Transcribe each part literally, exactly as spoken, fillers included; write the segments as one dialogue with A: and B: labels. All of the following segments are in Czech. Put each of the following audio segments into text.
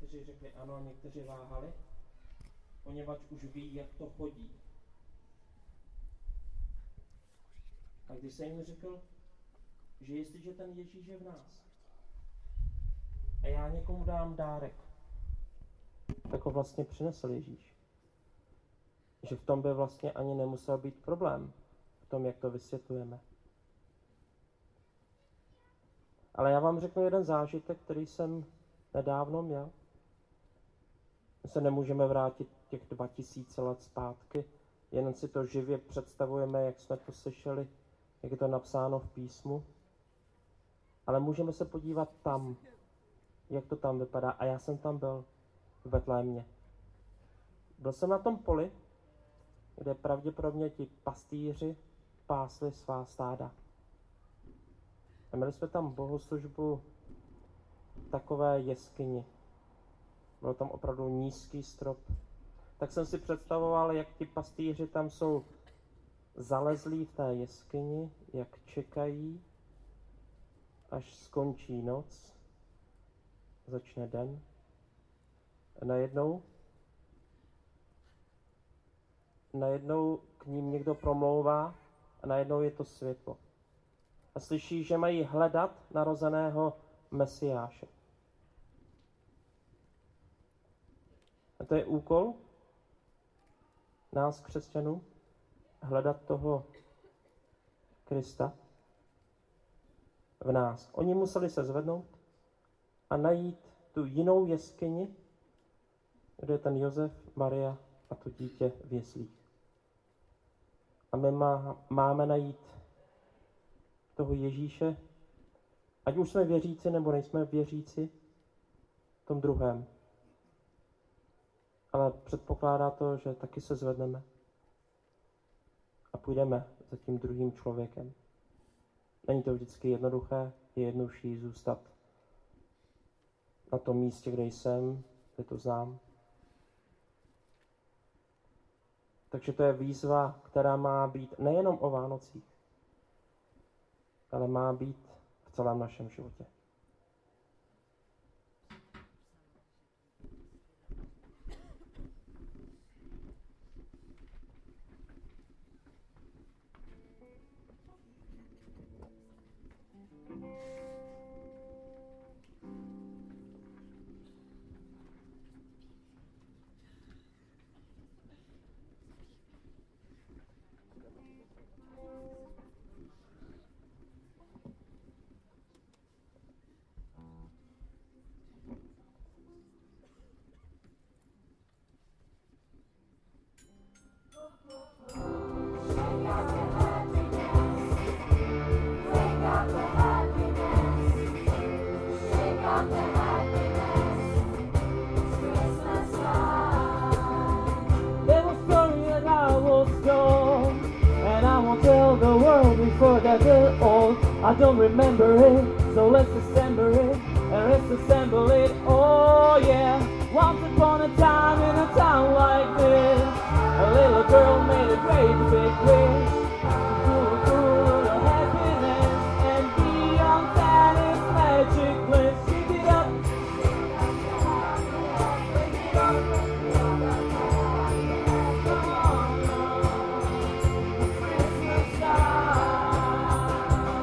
A: někteří řekli ano a někteří váhali, poněvadž už ví, jak to chodí. A když jsem jim řekl, že jestliže ten Ježíš je v nás a já někomu dám dárek, tak ho vlastně přinesl Ježíš. Že v tom by vlastně ani nemusel být problém, v tom, jak to vysvětlujeme. Ale já vám řeknu jeden zážitek, který jsem nedávno měl. My se nemůžeme vrátit těch dva tisíce let zpátky, jen si to živě představujeme, jak jsme to slyšeli, jak je to napsáno v písmu. Ale můžeme se podívat tam, jak to tam vypadá. A já jsem tam byl v Betlémě. Byl jsem na tom poli, kde pravděpodobně ti pastýři pásli svá stáda. A měli jsme tam bohoslužbu v takové jeskyni. Byl tam opravdu nízký strop. Tak jsem si představoval, jak ti pastýři tam jsou zalezlí v té jeskyni, jak čekají, až skončí noc, začne den. A najednou, najednou k ním někdo promlouvá a najednou je to světlo. A slyší, že mají hledat narozeného Mesiáše. A to je úkol nás, křesťanů, hledat toho Krista v nás. Oni museli se zvednout a najít tu jinou jeskyni, kde je ten Josef, Maria a to dítě v jeslích. A my má, máme najít toho Ježíše, ať už jsme věříci nebo nejsme věříci, v tom druhém. Ale předpokládá to, že taky se zvedneme a půjdeme za tím druhým člověkem. Není to vždycky jednoduché, je jednodušší zůstat na tom místě, kde jsem, kde to znám. Takže to je výzva, která má být nejenom o Vánocích, ale má být v celém našem životě.
B: I don't remember it, so let's assemble it, and let's assemble it, oh yeah. Once upon a time in a town like this, a little girl made a great big wish, full, full of happiness, and beyond that is magic bliss. Keep it up, come on now, Christmas time.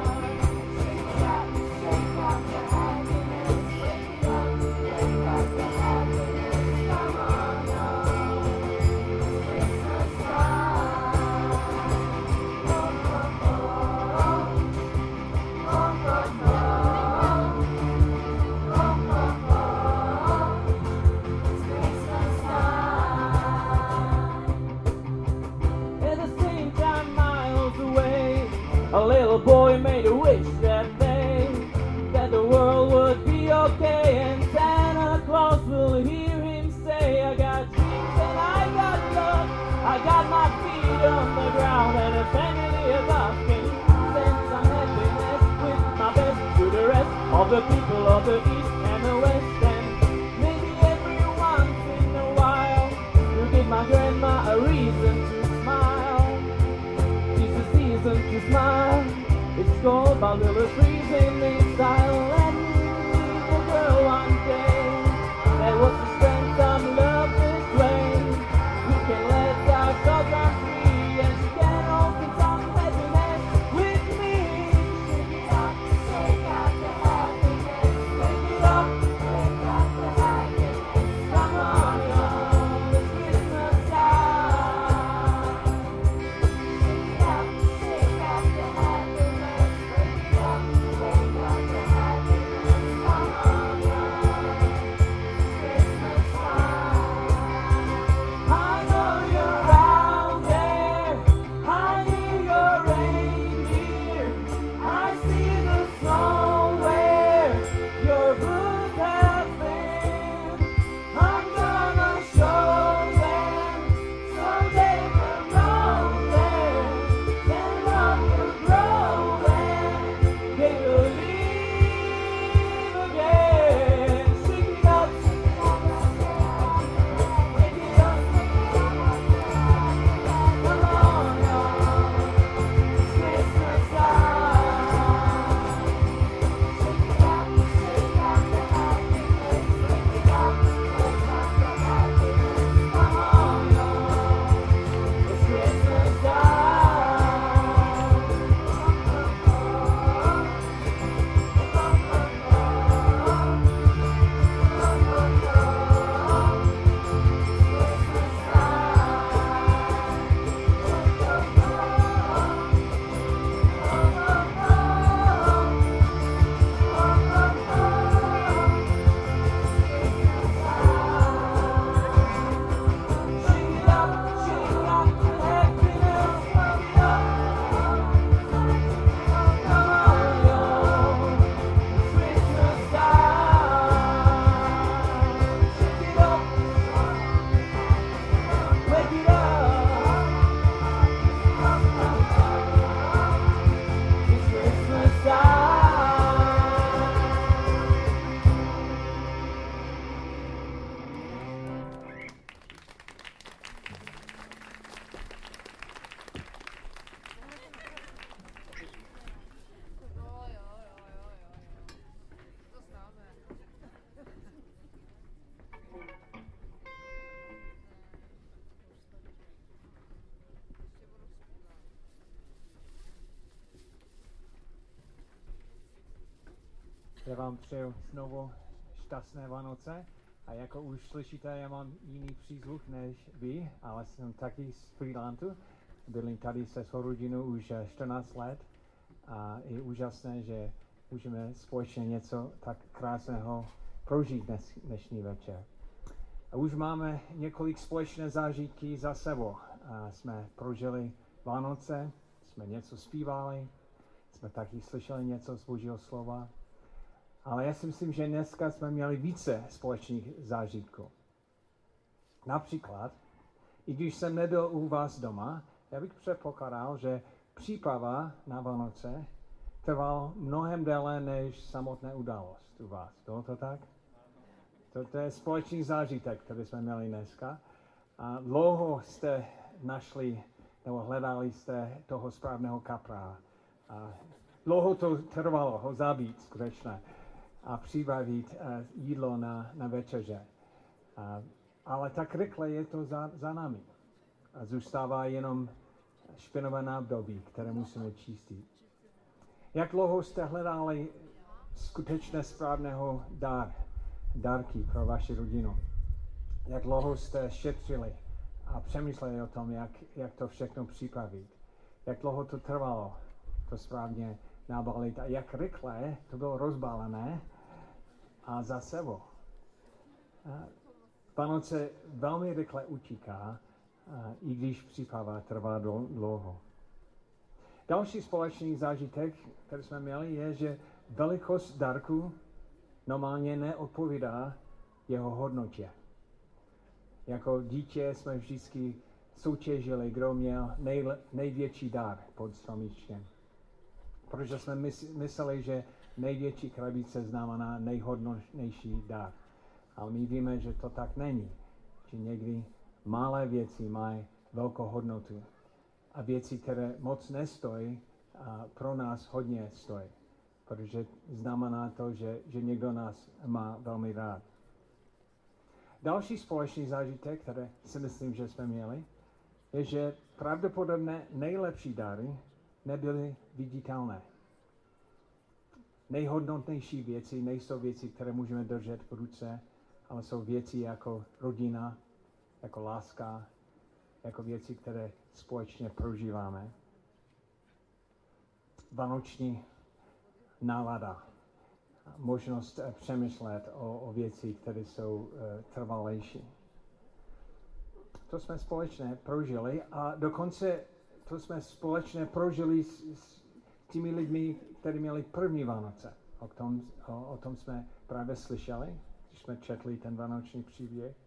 B: A little boy made a wish that day, that the world would be okay, and Santa Claus will hear him say, I got dreams and I got love, I got my feet on the ground, and if any of us can send some happiness with my best to the rest of the people of the East and the West, and maybe every once in a while you give my grandma a reason to smile. To smile, it's called my little freezing in style. And the girl one day that was
C: Já vám přeju znovu šťastné Vánoce a jako už slyšíte, já mám jiný přízvuk než vy, ale jsem taky z Frýlantu. Bydlím tady se svou rodinou už čtrnáct let a je úžasné, že můžeme společně něco tak krásného prožít dnes, dnešní večer. A už máme několik společné zážitky za sebou. A jsme prožili Vánoce, jsme něco zpívali, jsme taky slyšeli něco z Božího slova. Ale já si myslím, že dneska jsme měli více společných zážitků. Například, i když jsem nebyl u vás doma, já bych předpokládal, že příprava na Vánoce trvala mnohem déle než samotná událost u vás. Bylo to tak? To, to je společný zážitek, který jsme měli dneska. A dlouho jste našli, nebo hledali jste toho správného kapra. A dlouho to trvalo ho zabít skutečně a připravit uh, jídlo na, na večeře. Uh, ale tak rychle je to za, za námi. A zůstává jenom špinavé nábdobí, které musíme čistit. Jak dlouho jste hledali skutečně správného dar, dárky pro vaši rodinu? Jak dlouho jste šetřili a přemýšleli o tom, jak, jak to všechno připravit? Jak dlouho to trvalo to správně nabalit a jak rychle to bylo rozbalené a za sebou. Vánoce velmi rychle utíká, i když příprava trvá dlouho. Další společný zážitek, který jsme měli, je, že velikost dárku normálně neodpovídá jeho hodnotě. Jako dítě jsme vždycky soutěžili, kdo měl nejle, největší dar pod stromíčkem. Protože jsme mysleli, že největší krabice znamená nejhodnotnější dar. Ale my víme, že to tak není. Že někdy malé věci mají velkou hodnotu. A věci, které moc nestojí, a pro nás hodně stojí. Protože znamená to, že, že někdo nás má velmi rád. Další společný zážitek, který si myslím, že jsme měli, je, že pravděpodobně nejlepší dary nebyly viditelné. Nejhodnotnější věci nejsou věci, které můžeme držet v ruce, ale jsou věci jako rodina, jako láska, jako věci, které společně prožíváme. Vánoční nálada, možnost přemýšlet o, o věci, které jsou uh, trvalejší. To jsme společně prožili a dokonce to jsme společně prožili s, s těmi lidmi, kteří měli první Vánoce. O tom, o, o tom jsme právě slyšeli, když jsme četli ten vánoční příběh.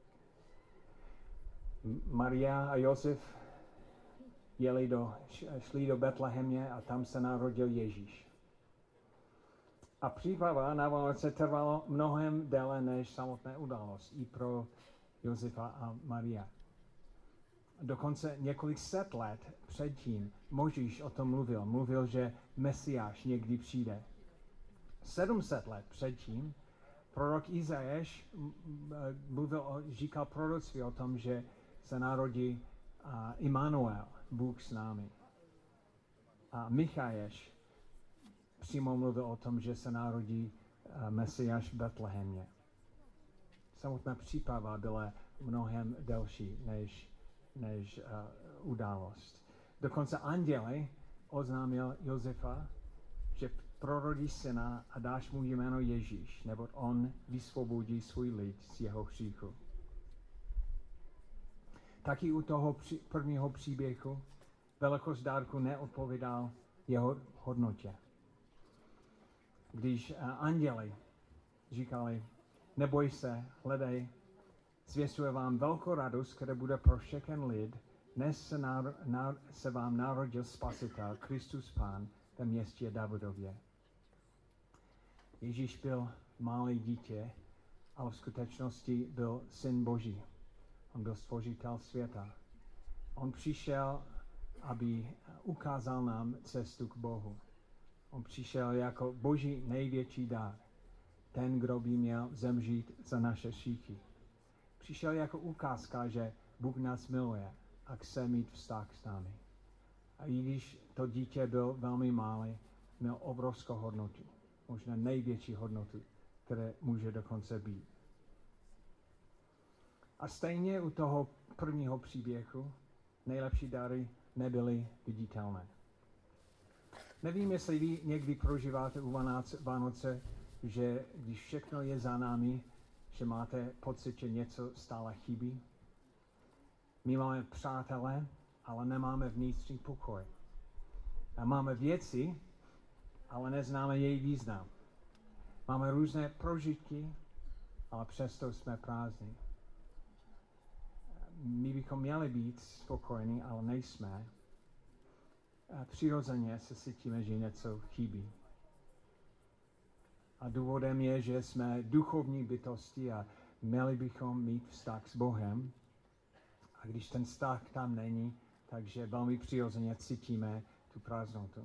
C: Maria a Josef jeli do, šli do Betlehemě a tam se narodil Ježíš. A příprava na Vánoce trvalo mnohem déle než samotná událost i pro Josefa a Maria. Dokonce několik set let předtím Mojžíš o tom mluvil. Mluvil, že Mesiáš někdy přijde. sedm set let předtím prorok Izajáš mluvil, říkal proroctví o tom, že se narodí uh, Immanuel, Bůh s námi. A Michajáš přímo mluvil o tom, že se narodí uh, Mesiáš v Betlehemě. Samotná příprava byla mnohem delší než, než uh, událost. Dokonce anděli oznámil Josefa, že prorodí syna a dáš mu jméno Ježíš, neboť on vysvobodí svůj lid z jeho hříchu. Taky u toho při, prvního příběhu velikost dárku neodpovídal jeho hodnotě. Když uh, anděli říkali, neboj se, hledej, zvěstuje vám velkou radost, která bude pro všechen lid, dnes se, nar, nar, se vám narodil Spasitel, Kristus Pán, ve městě Davidově. Ježíš byl malé dítě, ale v skutečnosti byl Syn Boží. On byl stvořitel světa. On přišel, aby ukázal nám cestu k Bohu. On přišel jako Boží největší dar. Ten, kdo by měl zemřít za naše hříchy. Přišel jako ukázka, že Bůh nás miluje a chce mít vztah s námi. A i když to dítě byl velmi malé, měl obrovskou hodnotu. možná největší hodnotu, které může dokonce být. A stejně u toho prvního příběhu nejlepší dary nebyly viditelné. Nevím, jestli vy někdy prožíváte u Vánoce, že když všechno je za námi, že máte pocit, že něco stále chybí. My máme přátelé, ale nemáme vnitřní pokoj. A máme věci, ale neznáme její význam. Máme různé prožitky, ale přesto jsme prázdní. My bychom měli být spokojení, ale nejsme. A přirozeně se cítíme, že něco chybí. A důvodem je, že jsme duchovní bytosti a měli bychom mít vztah s Bohem. A když ten vztah tam není, takže velmi přirozeně cítíme tu prázdnotu.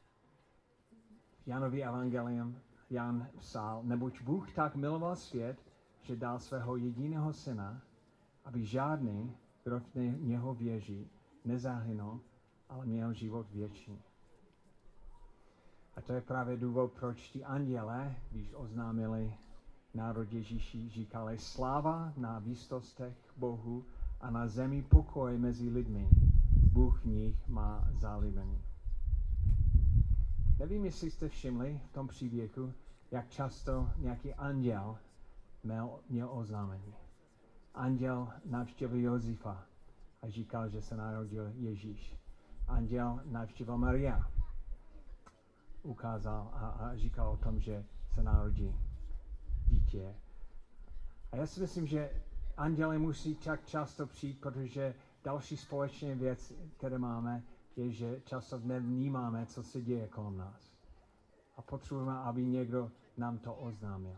C: V Janovi evangelium Jan psal, neboť Bůh tak miloval svět, že dal svého jediného syna, aby žádný, kdo v něho věří, nezahynul, ale měl život věčný. A to je právě důvod, proč ti andělé, když oznámili národ Ježíši, říkali sláva na výsostech Bohu a na zemi pokoj mezi lidmi. Bůh v nich má zalíbení. Nevím, jestli jste všimli v tom příběhu, jak často nějaký anděl měl, měl oznámení. Anděl navštívil Josefa a říkal, že se narodil Ježíš. Anděl navštívil Maria. Ukázal a, a říkal o tom, že se narodí dítě. A já si myslím, že anděle musí tak často přijít, protože další společné věc, které máme, je, že často nevnímáme, co se děje kolem nás. A potřebujeme, aby někdo nám to oznámil.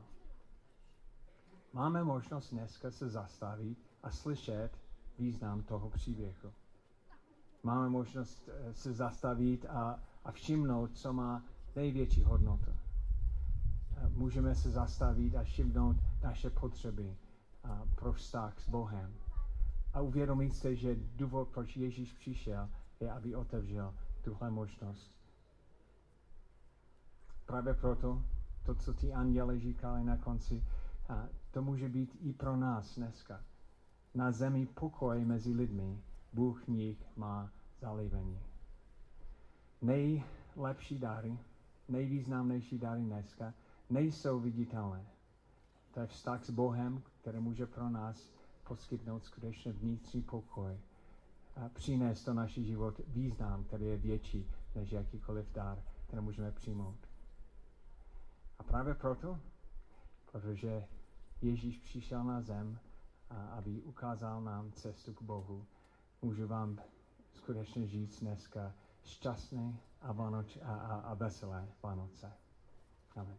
C: Máme možnost dneska se zastavit a slyšet význam toho příběhu. Máme možnost se zastavit a, a všimnout, co má největší hodnotu. Můžeme se zastavit a všimnout naše potřeby a pro vztah s Bohem. A uvědomit se, že důvod, proč Ježíš přišel, je, aby otevřel tuhle možnost. Právě proto, to, co ti anděle říkali na konci, a to může být i pro nás dneska. Na zemi pokoj mezi lidmi, Bůh v nich má zalíbení. Nejlepší dary, nejvýznamnější dary dneska nejsou viditelné. To je vztah s Bohem, který může pro nás poskytnout skutečně vnitřní pokoj a přinést do náš život význam, který je větší než jakýkoliv dar, který můžeme přijmout. A právě proto, protože Ježíš přišel na zem, a aby ukázal nám cestu k Bohu, můžu vám skutečně říct dneska šťastný a, Vánoč, a, a, a veselé Vánoce. Amen.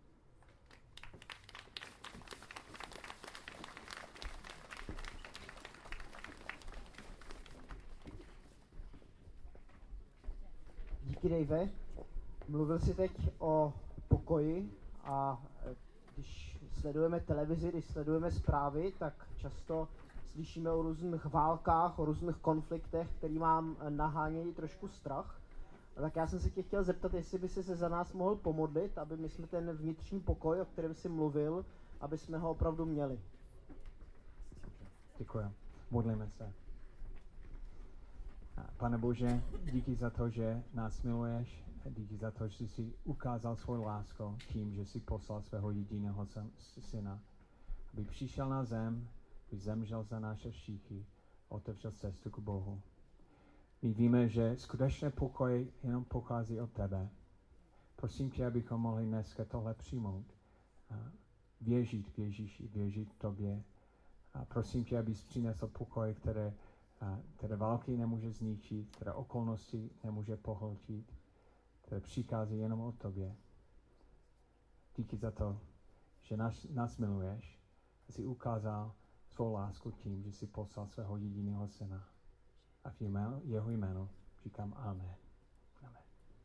D: Díky, Dave. Mluvil jsi teď o pokoji a když sledujeme televizi, když sledujeme zprávy, tak často slyšíme o různých válkách, o různých konfliktech, který nám nahánějí trošku strach. A tak já jsem se tě chtěl zeptat, jestli by si se za nás mohl pomodlit, aby my jsme ten vnitřní pokoj, o kterém jsi mluvil, aby jsme ho opravdu měli.
C: Děkuji. Modlíme se. Pane Bože, díky za to, že nás miluješ, díky za to, že jsi ukázal svou lásku tím, že jsi poslal svého jediného syna, aby přišel na zem, aby zemřel za naše hříchy, otevřel cestu k Bohu. My víme, že skutečně pokoj jenom pochází od tebe. Prosím tě, abychom mohli dneska tohle přijmout. Věřit v Ježíši, věřit tobě. A prosím tě, abys přinesl pokoj, které, které války nemůže zničit, které okolnosti nemůže pohltit, které přichází jenom od tobě. Díky za to, že nás, nás miluješ a jsi ukázal svou lásku tím, že jsi poslal svého jediného syna. A v jméno, jeho jméno říkám amen. Amen.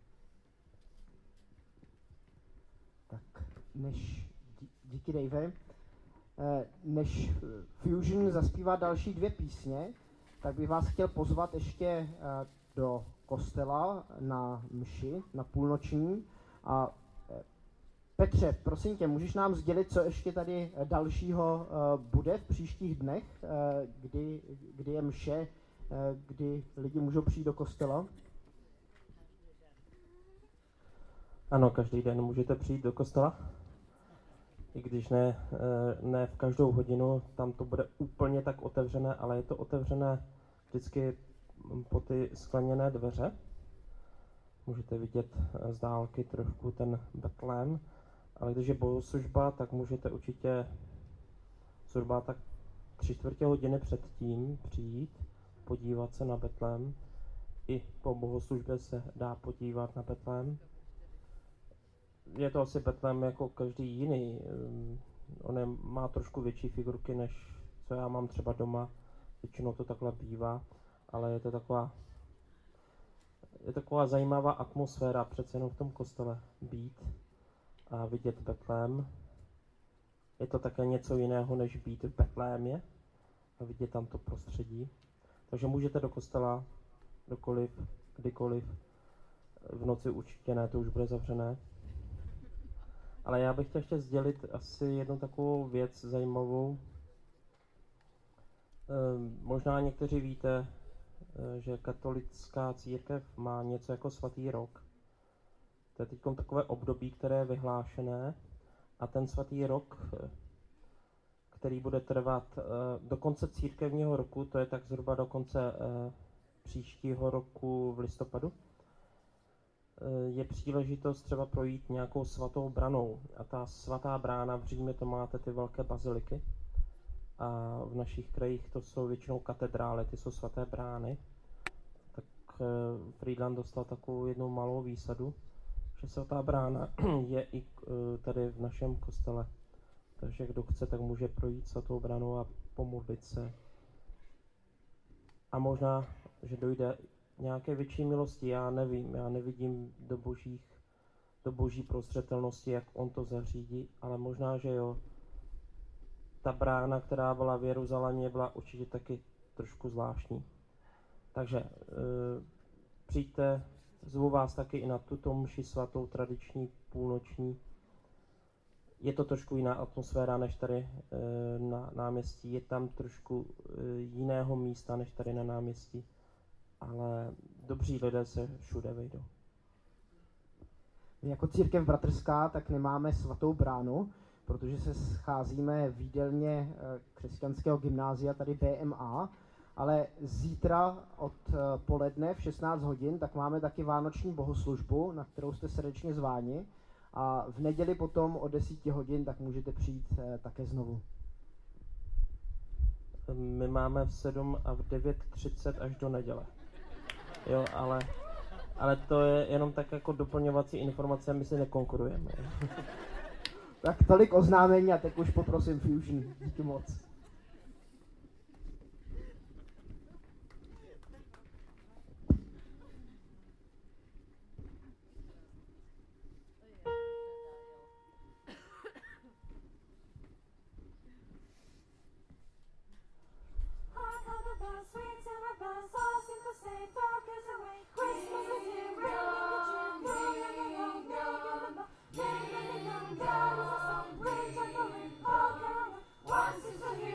D: Tak než, díky Dave, než Fusion zaspívá další dvě písně, tak bych vás chtěl pozvat ještě do kostela na mši, na půlnoční. A Petře, prosím tě, můžeš nám sdělit, co ještě tady dalšího uh, bude v příštích dnech, uh, kdy, kdy je mše, uh, kdy lidi můžou přijít do kostela?
A: Ano, každý den můžete přijít do kostela, i když ne, ne v každou hodinu, tam to bude úplně tak otevřené, ale je to otevřené vždycky po ty skleněné dveře. Můžete vidět z dálky trošku ten Betlém, ale když je bohoslužba, tak můžete určitě zhruba tak tři čtvrtě hodiny předtím přijít, podívat se na Betlém. I po bohoslužbě se dá podívat na Betlém. Je to asi Betlém jako každý jiný. On je, má trošku větší figurky, než co já mám třeba doma. Většinou to takhle bývá, ale je to taková, je taková zajímavá atmosféra přece jenom v tom kostele být a vidět Betlém. Je to také něco jiného, než být v Betlémě a vidět tam to prostředí. Takže můžete do kostela kdokoliv, kdykoliv. V noci určitě ne, to už bude zavřené. Ale já bych chtěl ještě sdělit asi jednu takovou věc zajímavou. E, možná někteří víte, e, že katolická církev má něco jako svatý rok. To je teď takové období, které je vyhlášené. A ten svatý rok, který bude trvat e, do konce církevního roku, to je tak zhruba do konce e, příštího roku v listopadu, je příležitost třeba projít nějakou svatou branou. A ta svatá brána v Římě, to máte ty velké baziliky. A v našich krajích to jsou většinou katedrály, ty jsou svaté brány. Tak Friedland dostal takovou jednou malou výsadu, že svatá brána je i tady v našem kostele. Takže kdo chce, tak může projít svatou branou a pomodlit se. A možná, že dojde nějaké větší milosti, já nevím, já nevidím do, božích, do boží prostředelnosti, jak on to zařídí, ale možná, že jo. Ta brána, která byla v Jeruzalémě, byla určitě taky trošku zvláštní. Takže e, přijďte, zvu vás taky i na tuto mši svatou, tradiční, půlnoční. Je to trošku jiná atmosféra než tady e, na náměstí, je tam trošku e, jiného místa než tady na náměstí. Ale dobří lidé se všude vejdou.
D: My jako církev bratrská tak nemáme svatou bránu, protože se scházíme v jídelně křesťanského gymnázia, tady B M A, ale zítra od poledne v šestnáct hodin tak máme taky vánoční bohoslužbu, na kterou jste srdečně zváni, a v neděli potom od deset hodin tak můžete přijít také znovu.
A: My máme v sedm a v devět třicet až do neděle. Jo, ale, ale to je jenom tak jako doplňovací informace, my si nekonkurujeme.
D: Tak tolik oznámení a teď už poprosím Fusion. Díky moc.
E: Once is a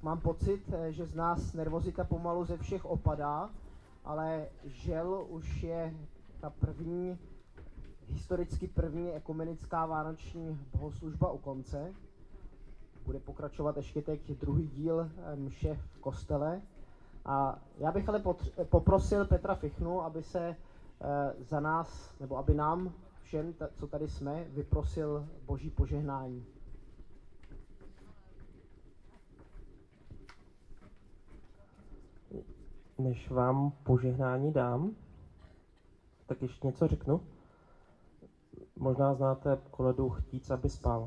D: mám pocit, eh, že z nás nervozita pomalu ze všech opadá, ale žel už je ta první, historicky první ekumenická vánoční bohoslužba u konce. Bude pokračovat ještě teď druhý díl eh, mše v kostele. A já bych ale potř- poprosil Petra Fichnu, aby se e, za nás, nebo aby nám všem, t- co tady jsme, vyprosil Boží požehnání.
A: Než vám požehnání dám, tak ještě něco řeknu. Možná znáte koledu Chtít, aby spal.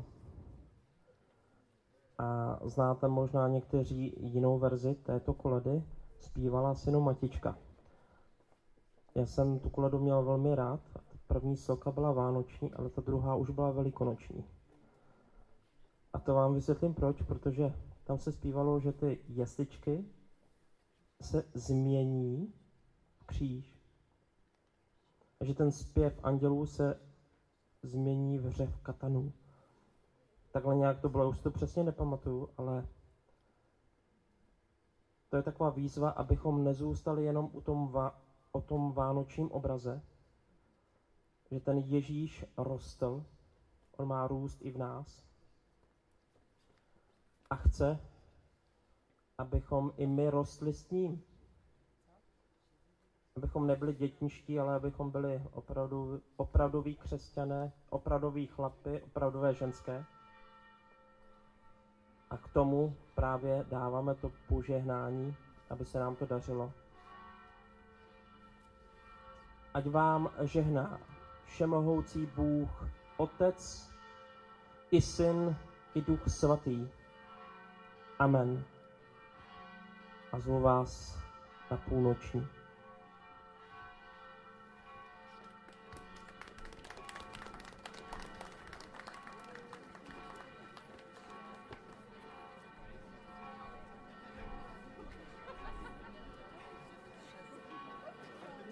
A: A znáte možná někteří jinou verzi této koledy, zpívala synu Matička. Já jsem tu koledu měl velmi rád. První sloka byla vánoční, ale ta druhá už byla velikonoční. A to vám vysvětlím proč, protože tam se zpívalo, že ty jesličky se změní v kříž. A že ten zpěv andělů se změní v řev katanů. Takhle nějak to bylo, už to přesně nepamatuju, ale to je taková výzva, abychom nezůstali jenom u tom va- o tom vánočním obraze, že ten Ježíš rostl, on má růst i v nás a chce, abychom i my rostli s ním. Abychom nebyli dětničtí, ale abychom byli opravdu, opravdoví křesťané, opravdoví chlapy, opravdové ženské. A k tomu právě dáváme to požehnání, aby se nám to dařilo. Ať vám žehná všemohoucí Bůh, Otec i Syn i Duch Svatý. Amen. A zvu vás na půlnoční.